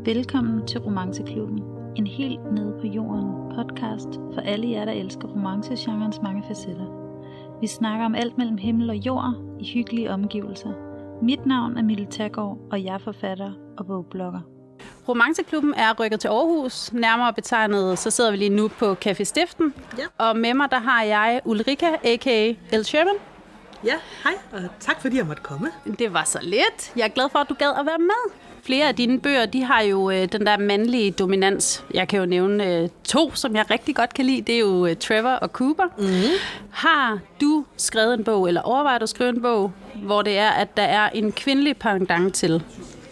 Velkommen til Romanceklubben, en helt nede på jorden podcast for alle jer, der elsker romancegenrens mange facetter. Vi snakker om alt mellem himmel og jord i hyggelige omgivelser. Mit navn er Mille Taggaard, og jeg er forfatter og bogblogger. Romanceklubben er rykket til Aarhus, nærmere betegnet, så sidder vi lige nu på Café Stiften. Ja. Og med mig, der har jeg Ulrika, a.k.a. Elle Sherman. Ja, hej, og tak fordi jeg måtte komme. Det var så lidt. Jeg er glad for, at du gad at være med. Flere af dine bøger, de har jo den der mandlige dominans. Jeg kan jo nævne to, som jeg rigtig godt kan lide. Det er jo Trevor og Cooper. Mm-hmm. Har du skrevet en bog, eller overvejer du at skrive en bog, hvor det er, at der er en kvindelig pendant til?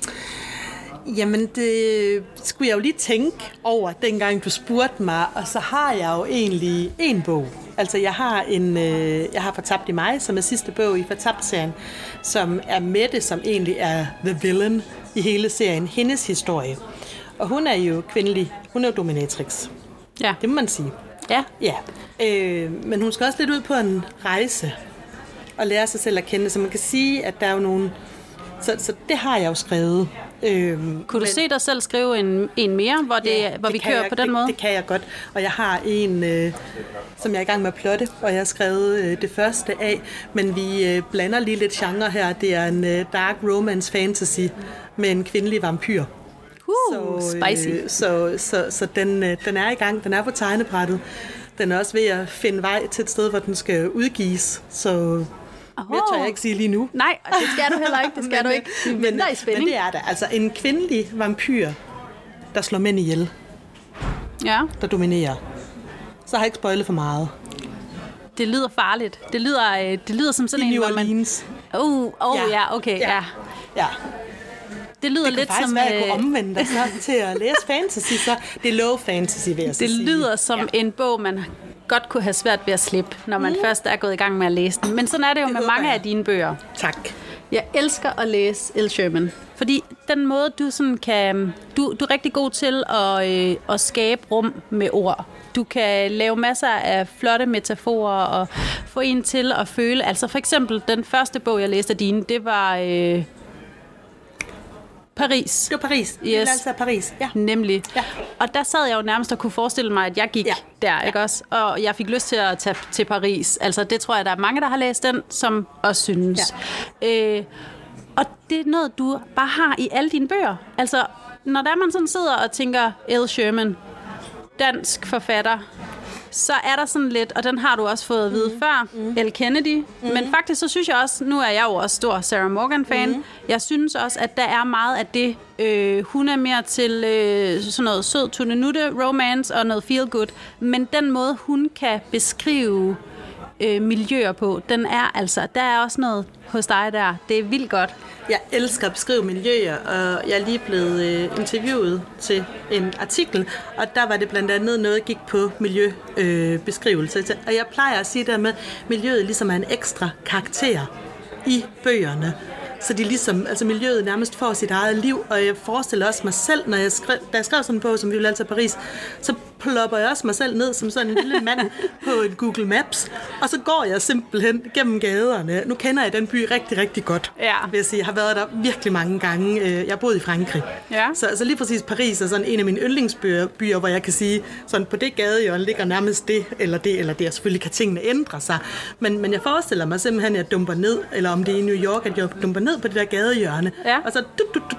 Jamen, det skulle jeg jo lige tænke over, dengang du spurgte mig, og så har jeg jo egentlig en bog. Altså, jeg har Fortabt i mig, som er sidste bog i Fortabt-serien, som er Mette, som egentlig er the villain i hele serien, hendes historie. Og hun er jo kvindelig, hun er jo dominatrix. Ja. Det må man sige. Ja. Ja. Men hun skal også lidt ud på en rejse og lære sig selv at kende, så man kan sige, at der er jo nogle... Så det har jeg jo skrevet. Kunne du se dig selv skrive en mere, hvor vi kører på den måde? Det kan jeg godt. Og jeg har en, som jeg er i gang med at plotte, og jeg har skrevet det første af. Men vi blander lige lidt genre her. Det er en dark romance fantasy med en kvindelig vampyr. Spicy. Så den er i gang. Den er på tegnebrættet. Den er også ved at finde vej til et sted, hvor den skal udgives. Så... Jeg tør ikke sige lige nu. Nej, det skal du heller ikke. Det skal du ikke. Men det er der. Altså en kvindelig vampyr, der slår mænd ihjel. Ja. Der dominerer. Så har jeg ikke spoilet for meget. Det lyder farligt. Det lyder som sådan I en, New hvor man... Orleans. Ja, okay, ja. Det lyder det lidt som... Det kunne faktisk være, at jeg kunne omvende dig til at læse fantasy, så det er low fantasy, vil jeg sige. Det lyder som en bog, man godt kunne have svært ved at slippe, når man først er gået i gang med at læse den. Men sådan er det jo med mange af dine bøger. Tak. Jeg elsker at læse Elle Sherman, fordi den måde, du sådan kan... Du er rigtig god til at skabe rum med ord. Du kan lave masser af flotte metaforer og få en til at føle... Altså for eksempel, den første bog, jeg læste af dine, det var... Paris. Det var Paris. Yes. Det er altså Paris. Ja. Nemlig. Ja. Og der sad jeg jo nærmest og kunne forestille mig, at jeg gik der, ikke også? Og jeg fik lyst til at tage til Paris. Altså, det tror jeg, der er mange, der har læst den, som også synes. Ja. Og det er noget, du bare har i alle dine bøger. Altså, når der man sådan sidder og tænker, Elle Sherman, dansk forfatter, så er der sådan lidt, og den har du også fået at vide før, Elle Kennedy. Men faktisk så synes jeg også, nu er jeg jo også stor Sarah Morgan-fan, jeg synes også, at der er meget af det, hun er mere til sådan noget sød tunenutte romance og noget feel good, men den måde, hun kan beskrive miljøer på, den er altså, der er også noget hos dig der. Det er vildt godt. Jeg elsker at beskrive miljøer, og jeg er lige blevet interviewet til en artikel, og der var det blandt andet noget, der gik på miljøbeskrivelse. Og jeg plejer at sige der med, at miljøet ligesom er en ekstra karakter i bøgerne. Så de ligesom, altså miljøet nærmest får sit eget liv, og jeg forestiller også mig selv, da jeg skrev sådan en bog, som vi ville altså Paris, så plopper jeg også mig selv ned som sådan en lille mand på et Google Maps, og så går jeg simpelthen gennem gaderne. Nu kender jeg den by rigtig, rigtig godt, vil jeg sige. Jeg har været der virkelig mange gange. Jeg har boet i Frankrig. Ja. Så lige præcis Paris er sådan en af mine yndlingsbyer, hvor jeg kan sige, sådan på det gadehjørne ligger nærmest det eller det, og selvfølgelig kan tingene ændre sig. Men jeg forestiller mig simpelthen, at jeg dumper ned, eller om det er i New York, at jeg dumper ned på det der gadehjørne, og så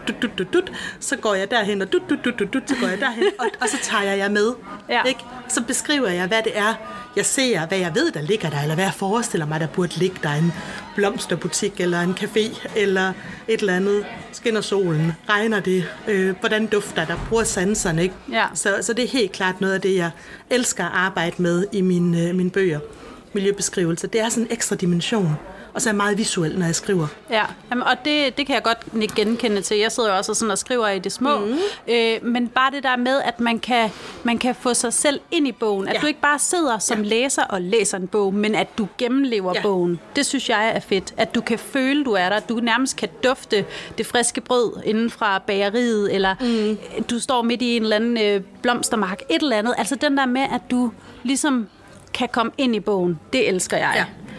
så går jeg derhen, og så går jeg derhen, og så tager jeg med. Ja. Ikke? Så beskriver jeg, hvad det er, jeg ser, hvad jeg ved, der ligger der, eller hvad jeg forestiller mig, der burde ligge der. En blomsterbutik, eller en café, eller et eller andet. Skinner solen, regner det, hvordan dufter der, bruger sanserne. Ikke? Ja. Så det er helt klart noget af det, jeg elsker at arbejde med i mine bøger. Miljøbeskrivelser. Det er sådan en ekstra dimension. Og så er jeg meget visuel, når jeg skriver. Ja, jamen, og det kan jeg godt genkende til. Jeg sidder jo også sådan og skriver i det små. Men bare det der med, at man kan få sig selv ind i bogen. At du ikke bare sidder som læser og læser en bog, men at du gennemlever bogen. Det synes jeg er fedt. At du kan føle, du er der. Du nærmest kan dufte det friske brød inden fra bageriet, eller du står midt i en eller anden blomstermark. Et eller andet. Altså den der med, at du ligesom kan komme ind i bogen. Det elsker jeg. Ja.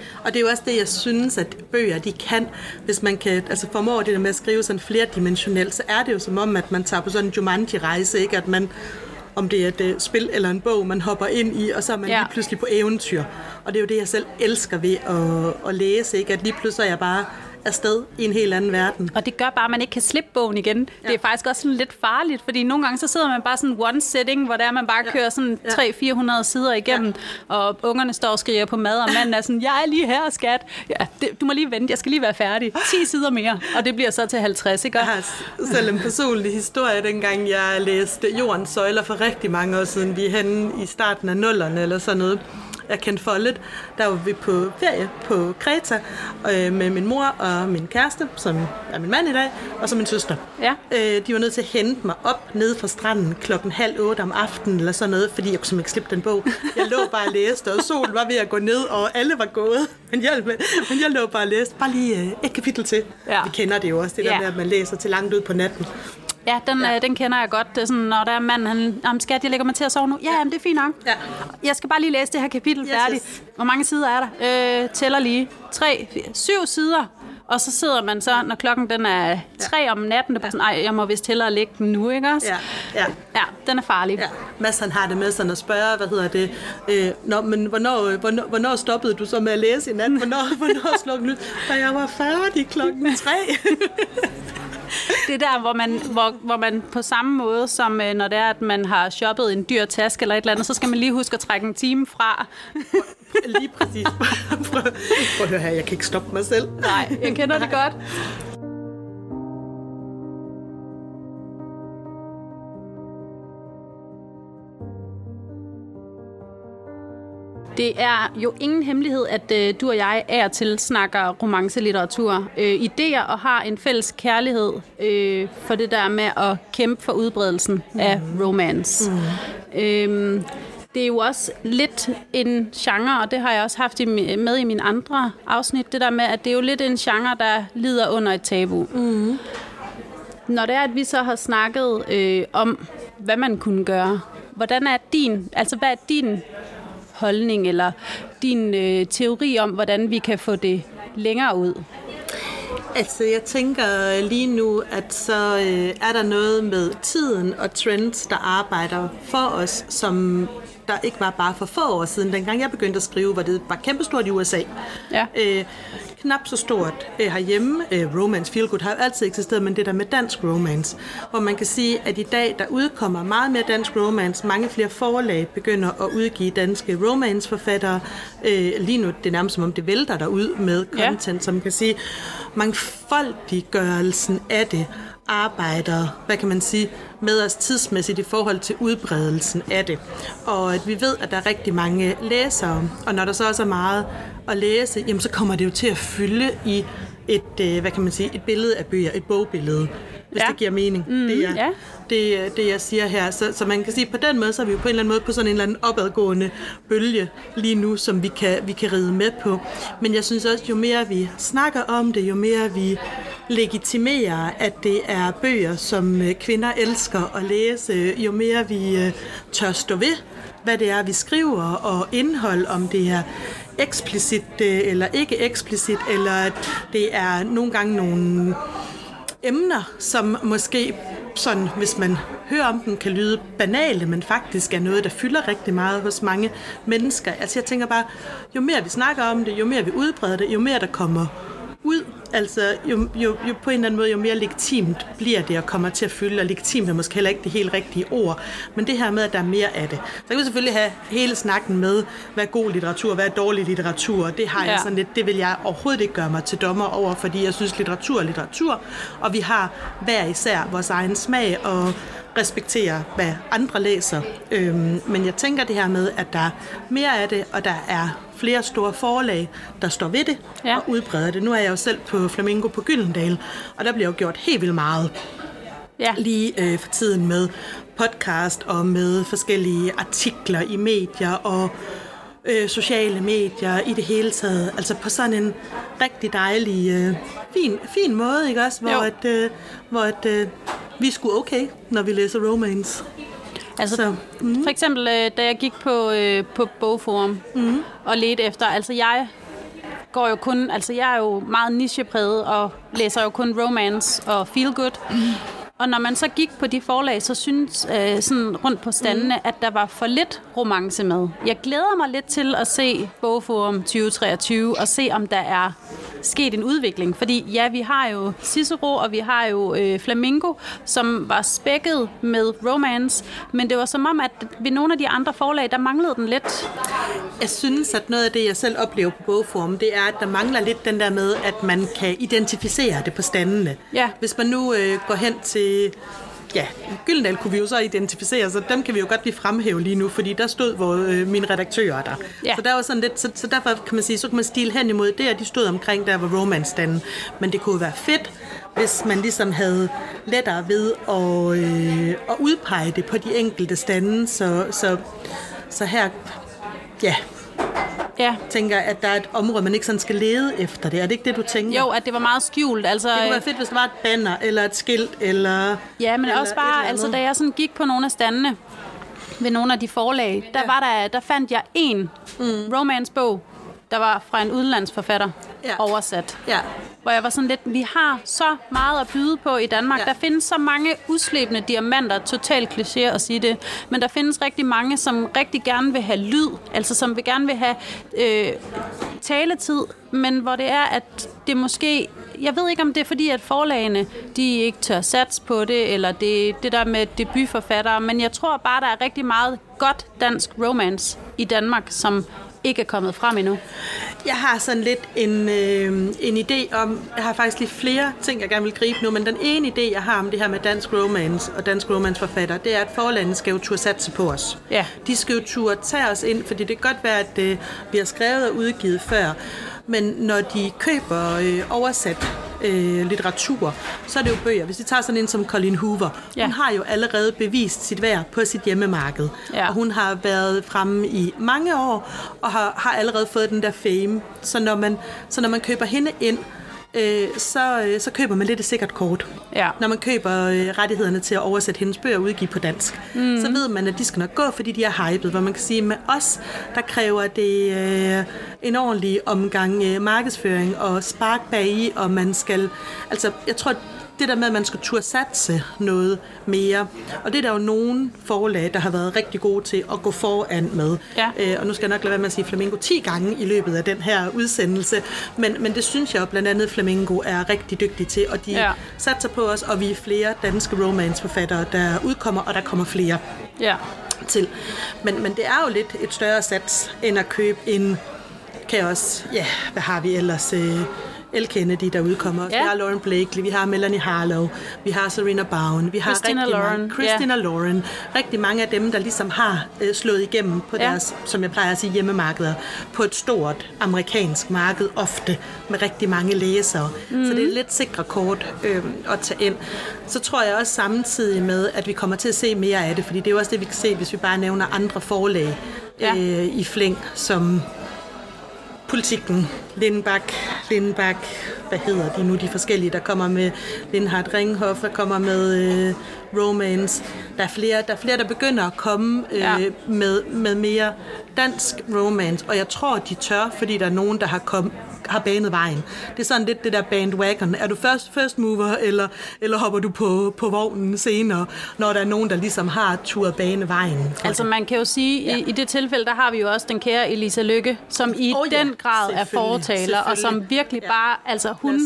Og det er jo også det, jeg synes, at bøger, de kan, hvis man kan, altså formår det der med at skrive sådan flerdimensionelt, så er det jo som om, at man tager på sådan en Jumanji-rejse, ikke? At man, om det er et spil eller en bog, man hopper ind i, og så er man lige pludselig på eventyr. Og det er jo det, jeg selv elsker ved at læse, ikke? At lige pludselig er jeg bare afsted i en helt anden verden. Og det gør bare, at man ikke kan slippe bogen igen. Ja. Det er faktisk også sådan lidt farligt, fordi nogle gange så sidder man bare sådan one sitting, hvor der man bare kører sådan 300-400 sider igennem, og ungerne står og skriger på mad, og manden er sådan, jeg er lige her, skat. Ja, du må lige vente, jeg skal lige være færdig. 10 sider mere, og det bliver så til 50, ikke? Jeg har selv en personlig historie, dengang jeg læste Jordens søjler for rigtig mange år siden. Vi er henne i starten af 00'erne eller sådan noget. Jeg kendte Follet. Der var vi på ferie på Kreta med min mor og min kæreste, som er min mand i dag, og så min søster. Ja. De var nødt til at hente mig op nede fra stranden 7:30 om aftenen eller sådan noget, fordi jeg kunne simpelthen ikke slippe den bog. Jeg lå bare og læste, og solen var ved at gå ned, og alle var gået. Men jeg lå bare og læste. Bare lige et kapitel til. Ja. Vi kender det jo også, det der med, at man læser til langt ud på natten. Ja, den kender jeg godt. Det er sådan, når der er manden, skat, jeg lægger mig til at sove nu. Ja, jamen, det er fint nok. Ja. Jeg skal bare lige læse det her kapitel færdigt. Yes. Hvor mange sider er der? Tæller lige. 3, 4, 7 sider. Og så sidder man så, når klokken den er 3 om natten, det er bare sådan, jeg må vist hellere lægge den nu, ikke også? Ja, den er farlig. Ja. Mads, han har det med sådan at spørge, men hvornår stoppede du så med at læse i nat? Hvornår slog den ud? Og jeg var færdig 3. Det er der, hvor man på samme måde, som når det er, at man har shoppet en dyr taske eller et eller andet, så skal man lige huske at trække en time fra. Lige præcis. Prøv at høre her, jeg kan ikke stoppe mig selv. Nej, jeg kender det godt. Det er jo ingen hemmelighed, at du og jeg af og til snakker romancelitteratur, idéer og har en fælles kærlighed for det der med at kæmpe for udbredelsen af romance. Det er jo også lidt en genre, og det har jeg også haft med i mine andre afsnit, det der med, at det er jo lidt en genre, der lider under et tabu. Når det er, at vi så har snakket om, hvad man kunne gøre, hvad er din holdning eller din teori om, hvordan vi kan få det længere ud? Altså, jeg tænker lige nu, at så er der noget med tiden og trends, der arbejder for os, som der ikke var bare for få år siden. Dengang jeg begyndte at skrive, var det bare kæmpestort i USA. Ja. Knap så stort herhjemme. Romance Feel Good har jo altid eksisteret, men det der med dansk romance, hvor man kan sige, at i dag, der udkommer meget mere dansk romance. Mange flere forlag begynder at udgive danske romanceforfattere. Lige nu, det er nærmest som om det vælter derud med content, som kan sige, mangfoldiggørelsen af det arbejder, hvad kan man sige, med os tidsmæssigt i forhold til udbredelsen af det. Og at vi ved, at der er rigtig mange læsere, og når der så også er meget at læse, jamen så kommer det jo til at fylde i et, hvad kan man sige, et billede af bøger, et bogbillede, hvis det giver mening. Det er det, jeg siger her. Så man kan sige, på den måde, så er vi jo på en eller anden måde på sådan en eller anden opadgående bølge lige nu, som vi kan ride med på. Men jeg synes også, jo mere vi snakker om det, jo mere vi legitimerer, at det er bøger, som kvinder elsker at læse, jo mere vi tør stå ved, hvad det er, vi skriver, og indhold, om det er eksplicit eller ikke eksplicit, eller at det er nogle gange nogle emner, som måske sådan, hvis man hører om dem, kan lyde banale, men faktisk er noget, der fylder rigtig meget hos mange mennesker. Altså jeg tænker bare, jo mere vi snakker om det, jo mere vi udbreder det, jo mere der kommer ud, altså jo på en eller anden måde, jo mere legitimt bliver det og kommer til at fylde, og legitimt er måske heller ikke det helt rigtige ord, men det her med, at der er mere af det. Så kan vi selvfølgelig have hele snakken med, hvad er god litteratur, hvad er dårlig litteratur, det har jeg sådan lidt, det vil jeg overhovedet ikke gøre mig til dommer over, fordi jeg synes, litteratur er litteratur, og vi har hver især vores egen smag, og respektere, hvad andre læser. Men jeg tænker det her med, at der er mere af det, og der er flere store forlag, der står ved det og udbreder det. Nu er jeg jo selv på Flamingo på Gyldendal, og der bliver jo gjort helt vildt meget lige for tiden med podcast og med forskellige artikler i medier og sociale medier i det hele taget. Altså på sådan en rigtig dejlig, fin måde, ikke også? Hvor vi er sgu okay, når vi læser romance. Altså, for eksempel, da jeg gik på Bogforum og ledte efter, altså jeg går jo kun, altså jeg er jo meget nichepræget og læser jo kun romance og feel good. Og når man så gik på de forlag, så synes sådan rundt på standene, at der var for lidt romance med. Jeg glæder mig lidt til at se Bogforum 2023 og se, om der er sket en udvikling. Fordi ja, vi har jo Cicero, og vi har jo Flamingo, som var spækket med romance, men det var som om, at ved nogle af de andre forlag, der manglede den lidt. Jeg synes, at noget af det, jeg selv oplever på Bogforum, det er, at der mangler lidt den der med, at man kan identificere det på standene. Ja. Hvis man nu går hen til Gyldendal kunne vi jo så identificere, så dem kan vi jo godt lige fremhæve lige nu, fordi der stod mine redaktører der. Ja. Så der var sådan lidt, så derfor kan man sige, så kan man stile hen imod det, at de stod omkring der var romance-standen. Men det kunne være fedt, hvis man ligesom havde lettere ved at udpege det på de enkelte stande, så her, tænker jeg, at der er et område, man ikke sådan skal lede efter det. Er det ikke det, du tænker? Jo, at det var meget skjult. Altså, det kunne være fedt, hvis der var et banner, eller et skilt, eller... Ja, men også bare, altså da jeg sådan gik på nogle af standene ved nogle af de forlag, der fandt jeg en romance-bog, der var fra en udenlandsforfatter oversat. Ja. Hvor jeg var sådan lidt, vi har så meget at byde på i Danmark. Ja. Der findes så mange uslebne diamanter, totalt kliché at sige det, men der findes rigtig mange, som rigtig gerne vil have lyd, altså som vil gerne vil have taletid, men hvor det er, at det måske... Jeg ved ikke, om det er fordi, at forlagene, de ikke tør satse på det, eller det der med debutforfattere, men jeg tror bare, der er rigtig meget godt dansk romance i Danmark, som ikke er kommet frem endnu. Jeg har sådan lidt en idé om, jeg har faktisk lige flere ting, jeg gerne vil gribe nu, men den ene idé, jeg har om det her med dansk romance og dansk romanceforfatter, det er, at forlagene skal jo turde satse på os. Ja. De skal jo turde tage os ind, fordi det kan godt være, at vi har skrevet og udgivet før, men når de køber oversat litteratur, så er det jo bøger. Hvis vi tager sådan en som Colleen Hoover, hun har jo allerede bevist sit værd på sit hjemmemarked. Ja. Og hun har været fremme i mange år, og har allerede fået den der fame. Så når man køber hende ind, så køber man lidt et sikkert kort. Ja. Når man køber rettighederne til at oversætte hendes bøger og udgive på dansk, så ved man, at de skal nok gå, fordi de er hyped. Hvor man kan sige, at med os, der kræver det en ordentlig omgang markedsføring og spark bagi, og man skal... Altså, jeg tror, det der med, at man skal turde satse noget mere. Og det er der jo nogle forlag, der har været rigtig gode til at gå foran med. Ja. Og nu skal jeg nok lade være med at sige Flamingo 10 gange i løbet af den her udsendelse. Men det synes jeg jo blandt andet, Flamingo er rigtig dygtig til. Og de satser på os, og vi er flere danske romanceforfattere, der udkommer, og der kommer flere til. Men det er jo lidt et større sats, end at købe en... Kan også... Ja, hvad har vi ellers... Elle Kennedy, der udkommer. Ja. Vi har Lauren Blakely, vi har Melanie Harlow, vi har Serena Bowen, vi har Christina Lauren. Rigtig mange af dem, der ligesom har slået igennem på deres, som jeg plejer at sige, hjemmemarkeder, på et stort amerikansk marked, ofte med rigtig mange læsere. Så det er lidt sikre kort at tage ind. Så tror jeg også samtidig med, at vi kommer til at se mere af det, fordi det er jo også det, vi kan se, hvis vi bare nævner andre forlag i flæng, som Politikken, Lindbak, hvad hedder de nu, de forskellige, der kommer med Lindhardt Ringhof, der kommer med romance. Der er flere, der begynder at komme med mere dansk romance, og jeg tror, de tør, fordi der er nogen, der har banet vejen. Det er sådan lidt det der bandwagon. Er du first mover, eller hopper du på vognen senere, når der er nogen, der ligesom har turet bane vejen? Altså man kan jo sige, i det tilfælde, der har vi jo også den kære Elisa Lykke, som i den grad er fortaler, og som virkelig bare, altså hun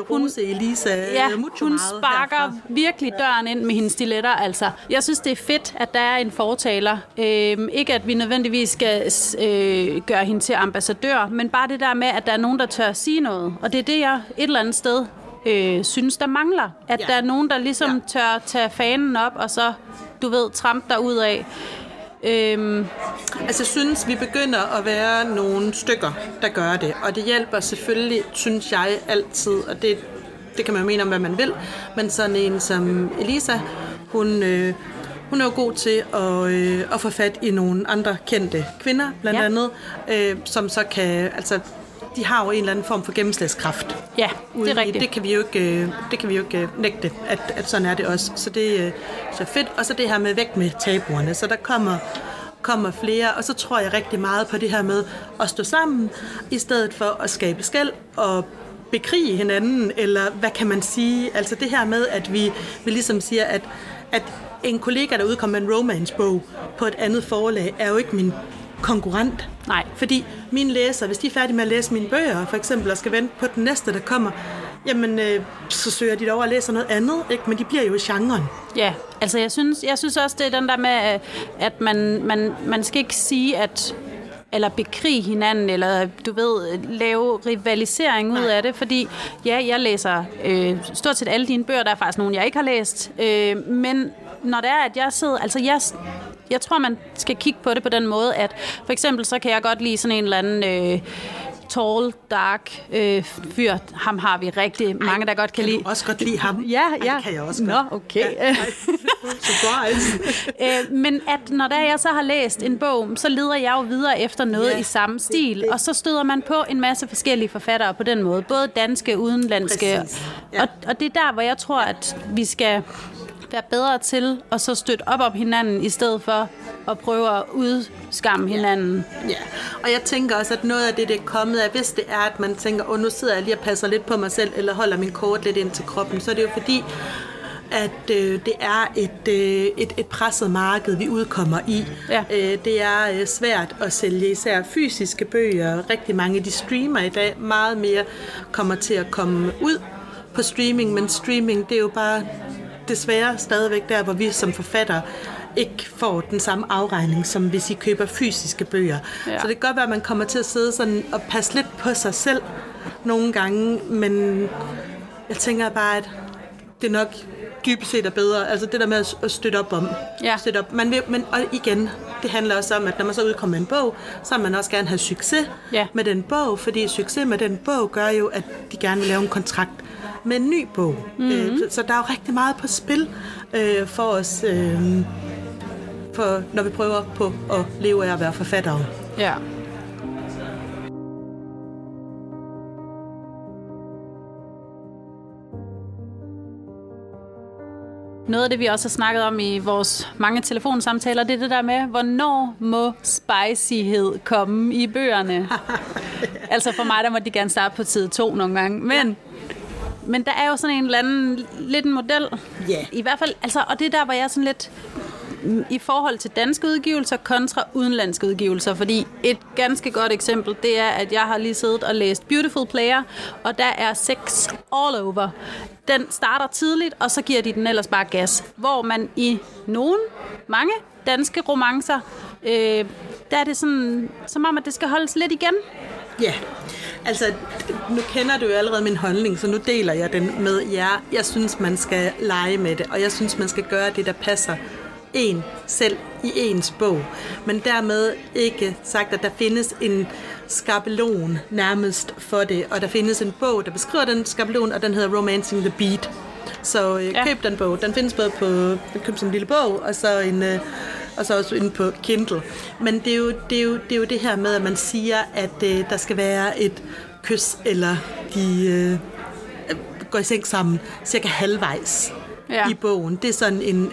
sparker virkelig døren ind med hendes stiletter, altså. Jeg synes, det er fedt, at der er en fortaler. Ikke at vi nødvendigvis skal gøre hende til ambassadør, men bare det der med, at der er nogen, der tør at sige noget. Og det er det, jeg et eller andet sted synes, der mangler. At der er nogen, der ligesom tør tage fanen op, og så, du ved, trampe derud af. Altså jeg synes, vi begynder at være nogle stykker, der gør det. Og det hjælper selvfølgelig, synes jeg, altid. Og det kan man jo mene om, hvad man vil. Men sådan en som Elisa, hun er jo god til at få fat i nogle andre kendte kvinder, blandt andet, som så kan... Altså, de har jo en eller anden form for gennemslagskraft. Ja, det er rigtigt. Det kan vi jo ikke nægte, at sådan er det også. Så det er så fedt. Og så det her med væk med tabuerne. Så der kommer flere, og så tror jeg rigtig meget på det her med at stå sammen, i stedet for at skabe skel og bekrige hinanden, eller hvad kan man sige? Altså det her med, at vi ligesom siger, at en kollega, der udkommer med en romance-bog på et andet forlag, er jo ikke min konkurrent. Nej. Fordi mine læsere, hvis de er færdige med at læse mine bøger, for eksempel, og skal vente på den næste, der kommer, jamen, så søger de over og læser noget andet, ikke? Men de bliver jo i genren. Ja, altså jeg synes også, det er den der med, at man skal ikke sige, at eller bekrige hinanden, eller du ved, lave rivalisering ud af det, fordi jeg læser stort set alle dine bøger, der er faktisk nogle, jeg ikke har læst, men når det er, at jeg sidder, altså jeg tror, man skal kigge på det på den måde, at for eksempel, så kan jeg godt lide sådan en eller anden tall, dark fyr. Ham har vi rigtig mange, der godt kan lide. Kan du også godt lide ham? Ja. Det kan jeg også godt. Nå, okay. Ja. Surprise. Men at når jeg så har læst en bog, så leder jeg jo videre efter noget i samme stil, og så støder man på en masse forskellige forfattere på den måde. Både danske, udenlandske. Ja. Og det er der, hvor jeg tror, at vi skal være bedre til at så støtte op om hinanden, i stedet for at prøve at udskamme hinanden. Ja, og jeg tænker også, at noget af det er kommet af, hvis det er, at man tænker, nu sidder jeg lige og passer lidt på mig selv, eller holder min kort lidt ind til kroppen, så er det jo fordi, at det er et presset marked, vi udkommer i. Ja. Det er svært at sælge især fysiske bøger. Rigtig mange af de streamer i dag meget mere kommer til at komme ud på streaming, men streaming, det er jo bare desværre stadigvæk der, hvor vi som forfattere ikke får den samme afregning, som hvis I køber fysiske bøger. Ja. Så det kan godt være, at man kommer til at sidde sådan og passe lidt på sig selv nogle gange, men jeg tænker bare, at det nok dybest set er bedre. Altså det der med at støtte op om. Ja. Støtte op. Og igen, det handler også om, at når man så udkommer en bog, så vil man også gerne have succes med den bog, fordi succes med den bog gør jo, at de gerne vil lave en kontrakt med en ny bog. Mm-hmm. Så der er jo rigtig meget på spil for os, når vi prøver på at leve af at være forfattere. Ja. Noget af det, vi også har snakket om i vores mange telefonsamtaler, det er det der med, hvornår må spicyhed komme i bøgerne? Altså for mig, der må de gerne starte på side 2 nogle gange, men der er jo sådan en eller anden, lidt en model. Yeah. I hvert fald, altså, og det er der, hvor jeg er sådan lidt i forhold til danske udgivelser kontra udenlandske udgivelser, fordi et ganske godt eksempel, det er, at jeg har lige siddet og læst Beautiful Player, og der er sex all over. Den starter tidligt, og så giver de den ellers bare gas. Hvor man i mange danske romancer, der er det sådan, som om, at det skal holdes lidt igen. Ja, altså nu kender du jo allerede min holdning, så nu deler jeg den med jer. Jeg synes, man skal lege med det, og jeg synes, man skal gøre det, der passer en selv i ens bog. Men dermed ikke sagt, at der findes en skabelon nærmest for det, og der findes en bog, der beskriver den skabelon, og den hedder Romancing the Beat. Så køb den bog. Den findes både på køb som en lille bog, og så også inde på Kindle. Men det er jo det her med, at man siger, at der skal være et kys, eller de går i seng sammen cirka halvvejs i bogen. Det er sådan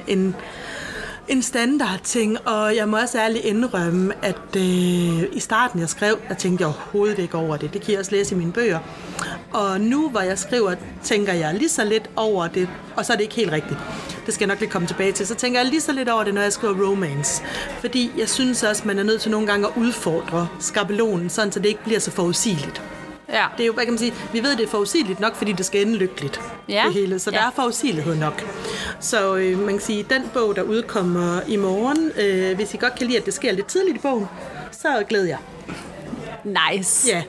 en standardting, og jeg må også ærligt indrømme, at i starten jeg skrev, jeg tænkte overhovedet ikke over det. Det kan jeg også læse i mine bøger. Og nu, hvor jeg skriver, tænker jeg lige så lidt over det, og så er det ikke helt rigtigt. Det skal jeg nok lige komme tilbage til. Så tænker jeg lige så lidt over det, når jeg skriver romance. Fordi jeg synes også, man er nødt til nogle gange at udfordre skabelonen, sådan så det ikke bliver så forudsigeligt. Ja. Det er jo, hvad kan man sige, vi ved, det er forudsigeligt nok, fordi det skal ende lykkeligt, det hele. Så der er forudsigelighed nok. Så man kan sige, den bog, der udkommer i morgen, hvis I godt kan lide, at det sker lidt tidligt i bogen, så glæder jeg. Nice. Ja.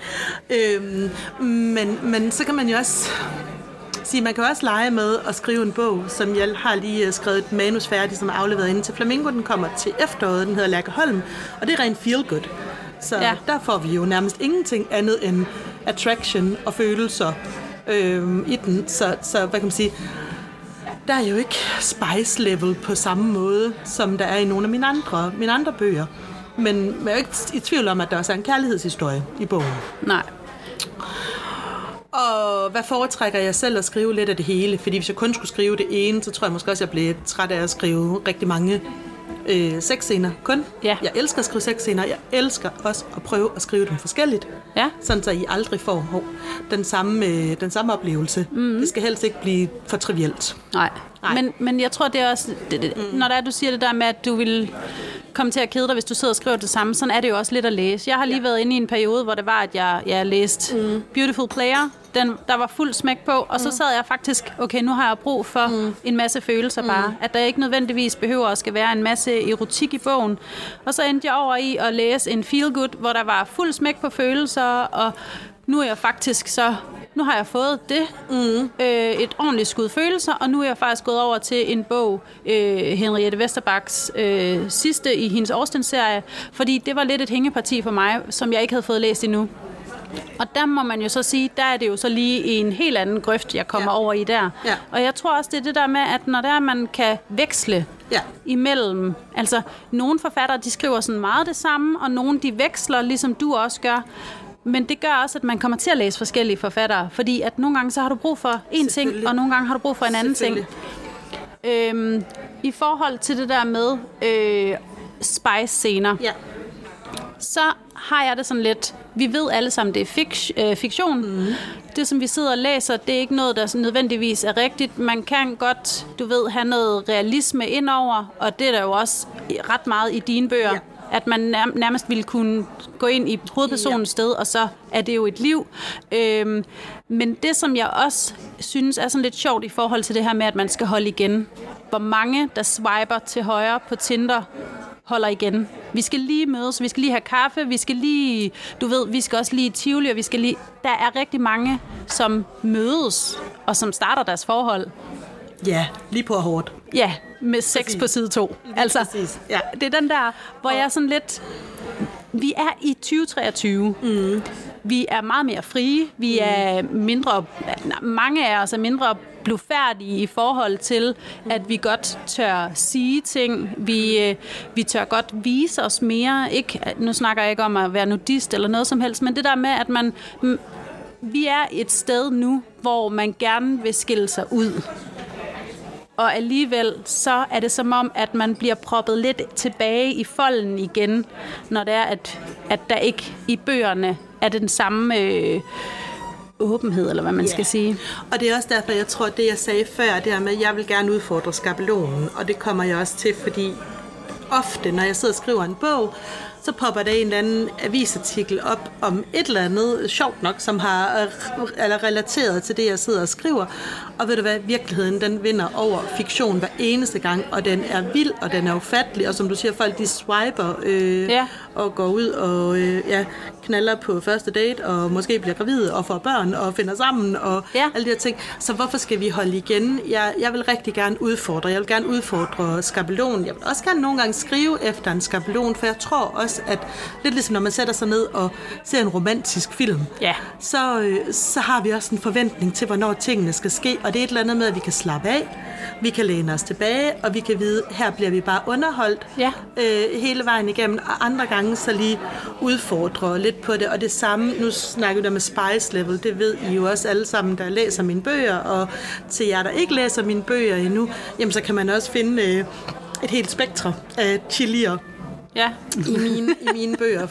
Men så kan man jo også sige, man kan også lege med at skrive en bog, som jeg har lige skrevet et manus færdigt, som er afleveret inde til Flamingo. Den kommer til efteråret, den hedder Lærkeholm, og det er rent feel good. Så der får vi jo nærmest ingenting andet end attraction og følelser i den. Så hvad kan man sige, der er jo ikke spice level på samme måde, som der er i nogle af mine andre bøger. Men jeg er jo ikke i tvivl om, at der også er en kærlighedshistorie i bogen. Nej. Og hvad foretrækker jeg selv at skrive lidt af det hele? Fordi hvis jeg kun skulle skrive det ene, så tror jeg måske også, at jeg blev træt af at skrive rigtig mange sexscener kun. Ja. Jeg elsker at skrive sexscener. Jeg elsker også at prøve at skrive dem forskelligt. Ja. Sådan så I aldrig får den samme oplevelse. Det skal helst ikke blive for trivielt. Nej. Men jeg tror, det er også... Når du siger det der med, at du vil komme til at kede dig, hvis du sidder og skriver det samme, sådan er det jo også lidt at læse. Jeg har lige været inde i en periode, hvor det var, at jeg læste Beautiful Player. Der var fuld smæk på, og så sad jeg faktisk, okay, nu har jeg brug for en masse følelser bare. At der ikke nødvendigvis behøver at skal være en masse erotik i bogen. Og så endte jeg over i at læse en feel good, hvor der var fuld smæk på følelser, og nu er jeg faktisk nu har jeg fået det, et ordentligt skud følelser, og nu er jeg faktisk gået over til en bog, Henriette Vesterbaks sidste i hendes Austen-serie, fordi det var lidt et hængeparti for mig, som jeg ikke havde fået læst endnu. Og der må man jo så sige, der er det jo så lige i en helt anden grøft, jeg kommer over i der. Ja. Og jeg tror også, det er det der med, at når der man kan veksle imellem, altså nogle forfattere, de skriver sådan meget det samme, og nogle de veksler, ligesom du også gør. Men det gør også, at man kommer til at læse forskellige forfattere, fordi at nogle gange så har du brug for en ting, og nogle gange har du brug for en anden ting. I forhold til det der med spice-scener, så har jeg det sådan lidt, vi ved alle sammen, det er fiktion. Det, som vi sidder og læser, det er ikke noget, der nødvendigvis er rigtigt. Man kan godt, have noget realisme indover, og det er der jo også ret meget i dine bøger. Ja. At man nærmest ville kunne gå ind i hovedpersonens sted, og så er det jo et liv. Men det, som jeg også synes er sådan lidt sjovt i forhold til det her med, at man skal holde igen. Hvor mange, der swiper til højre på Tinder, holder igen. Vi skal lige mødes, vi skal lige have kaffe, vi skal lige, vi skal også lige i Tivoli, og der er rigtig mange, som mødes, og som starter deres forhold. Ja, lige på hårdt. Ja, med sex på side 2. Altså, ja. Det er den der, hvor jeg er sådan lidt... Vi er i 2023. Vi er meget mere frie. Vi er mindre... Mange af os er mindre blufærdige i forhold til, at vi godt tør sige ting. Vi tør godt vise os mere. Nu snakker jeg ikke om at være nudist eller noget som helst, men det der med, at vi er et sted nu, hvor man gerne vil skille sig ud. Og alligevel så er det som om, at man bliver proppet lidt tilbage i folden igen, når det er, at der ikke i bøgerne er den samme åbenhed, eller hvad man skal sige. Og det er også derfor, jeg tror, det jeg sagde før, det her med, at jeg vil gerne udfordre skabelonen, og det kommer jeg også til, fordi ofte, når jeg sidder og skriver en bog, så popper der en eller anden avisartikel op om et eller andet sjovt nok, som er relateret til det, jeg sidder og skriver. Og ved du hvad, virkeligheden, den vinder over fiktion hver eneste gang, og den er vild, og den er ufattelig, og som du siger, folk de swiper og går ud og knaller på første date, og måske bliver gravide og får børn og finder sammen, og alle de her ting. Så hvorfor skal vi holde igen? Jeg vil rigtig gerne udfordre. Jeg vil gerne udfordre skabelonen. Jeg vil også gerne nogle gange skrive efter en skabelon, for jeg tror også, at lidt ligesom når man sætter sig ned og ser en romantisk film, så har vi også en forventning til, hvornår tingene skal ske, og det er et eller andet med, at vi kan slappe af, vi kan læne os tilbage, og vi kan vide, her bliver vi bare underholdt hele vejen igennem, og andre gange så lige udfordre lidt på det, og det samme, nu snakker vi der med spice level, det ved I jo også alle sammen, der læser mine bøger, og til jer, der ikke læser mine bøger endnu, jamen så kan man også finde et helt spektrum af chilier i mine bøger,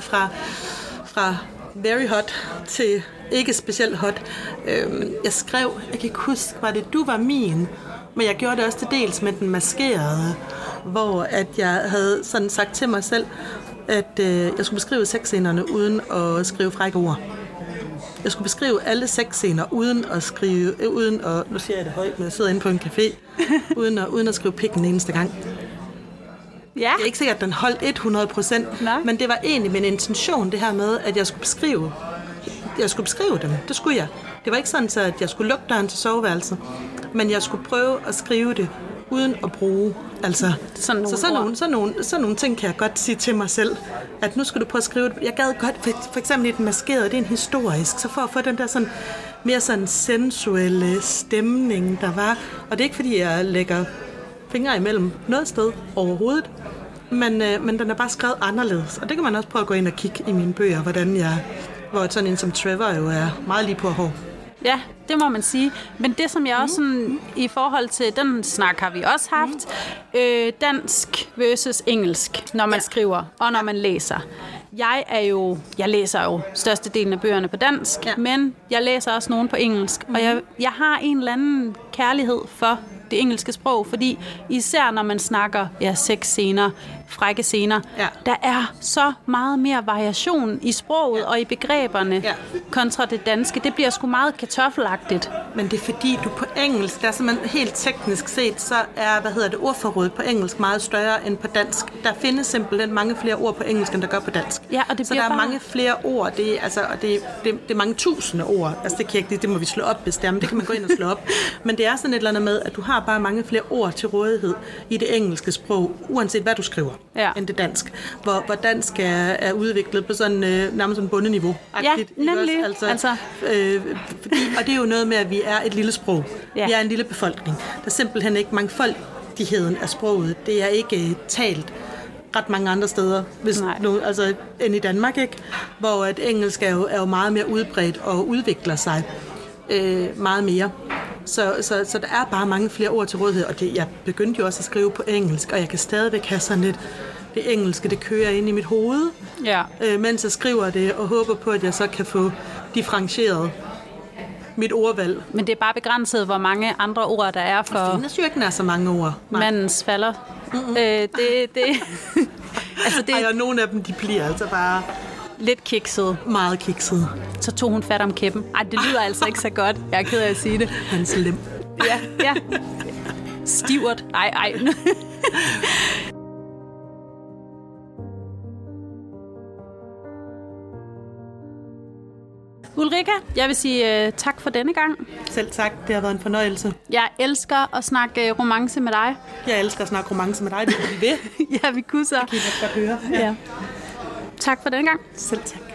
fra very hot til ikke specielt hot. Jeg kan ikke huske, var det Du var min, men jeg gjorde det også til dels med den maskerede, hvor at jeg havde sådan sagt til mig selv, at jeg skulle beskrive sexscenerne uden at skrive frække ord. Jeg skulle beskrive alle sexscener uden at, nu siger jeg det højt, men jeg sidder inde på en café, uden at skrive pikken eneste gang. Ja. Det er ikke sikkert, at den holdt 100%, men det var egentlig min intention, det her med, at jeg skulle beskrive dem. Det skulle jeg. Det var ikke sådan, at jeg skulle lukke døren til soveværelset, men jeg skulle prøve at skrive det uden at bruge. Altså, sådan nogle ting kan jeg godt sige til mig selv, at nu skal du prøve at skrive det. Jeg gad godt, for eksempel i den maskerede, det er en historisk, så for at få den der sådan mere sådan sensuelle stemning, der var. Og det er ikke, fordi jeg lægger fingre imellem noget sted overhovedet, men den er bare skrevet anderledes. Og det kan man også prøve at gå ind og kigge i mine bøger, hvor sådan en som Trevor jo er meget lige på hår. Ja, det må man sige. Men det, som jeg også sådan, i forhold til, den snak har vi også haft, dansk versus engelsk, når man skriver og når man læser. Jeg læser jo størstedelen af bøgerne på dansk, men jeg læser også nogle på engelsk. Og jeg har en eller anden kærlighed for det engelske sprog, fordi især når man snakker sexscener, frække scener, der er så meget mere variation i sproget og i begreberne kontra det danske. Det bliver sgu meget kartoffelagtigt. Men det er fordi, du på engelsk, der er simpelthen helt teknisk set, så er, ordforrådet på engelsk meget større end på dansk. Der findes simpelthen mange flere ord på engelsk, end der gør på dansk. Ja, og det så der er mange flere ord. Det er mange tusinde ord. Altså det må vi slå op, hvis det er, men det kan man gå ind og slå op. Men det er sådan et eller andet med, at du har bare mange flere ord til rådighed i det engelske sprog, uanset hvad du skriver, end det dansk. Hvor dansk er udviklet på sådan nærmest sådan bundeniveau. Ja, nemlig. Og det er jo noget med, at vi er et lille sprog. Vi er en lille befolkning. Der er simpelthen ikke mangfoldigheden af sproget. Det er ikke talt ret mange andre steder, end i Danmark, ikke? Hvor at engelsk er jo meget mere udbredt og udvikler sig meget mere. Så der er bare mange flere ord til rådighed, og jeg begyndte jo også at skrive på engelsk, og jeg kan stadigvæk have sådan lidt det engelske, det kører ind i mit hoved, mens jeg skriver det, og håber på, at jeg så kan få differentieret mit ordvalg. Men det er bare begrænset, hvor mange andre ord, der er for... Der findes jo ikke nær så mange ord. Mandens falder. Og nogle af dem, de bliver altså bare... Lidt kikset. Meget kikset. Så tog hun fat om kæppen. Ej, det lyder altså ikke så godt. Jeg er ked af at sige det. Hans lem. Ja. Stivert. Ej. Ulrika, jeg vil sige tak for denne gang. Selv tak. Det har været en fornøjelse. Jeg elsker at snakke romance med dig. Jeg elsker at snakke romance med dig. Det kunne vi ved. Ja, vi kunne så. Det kan I godt høre. Ja. Tak for denne gang. Selv tak.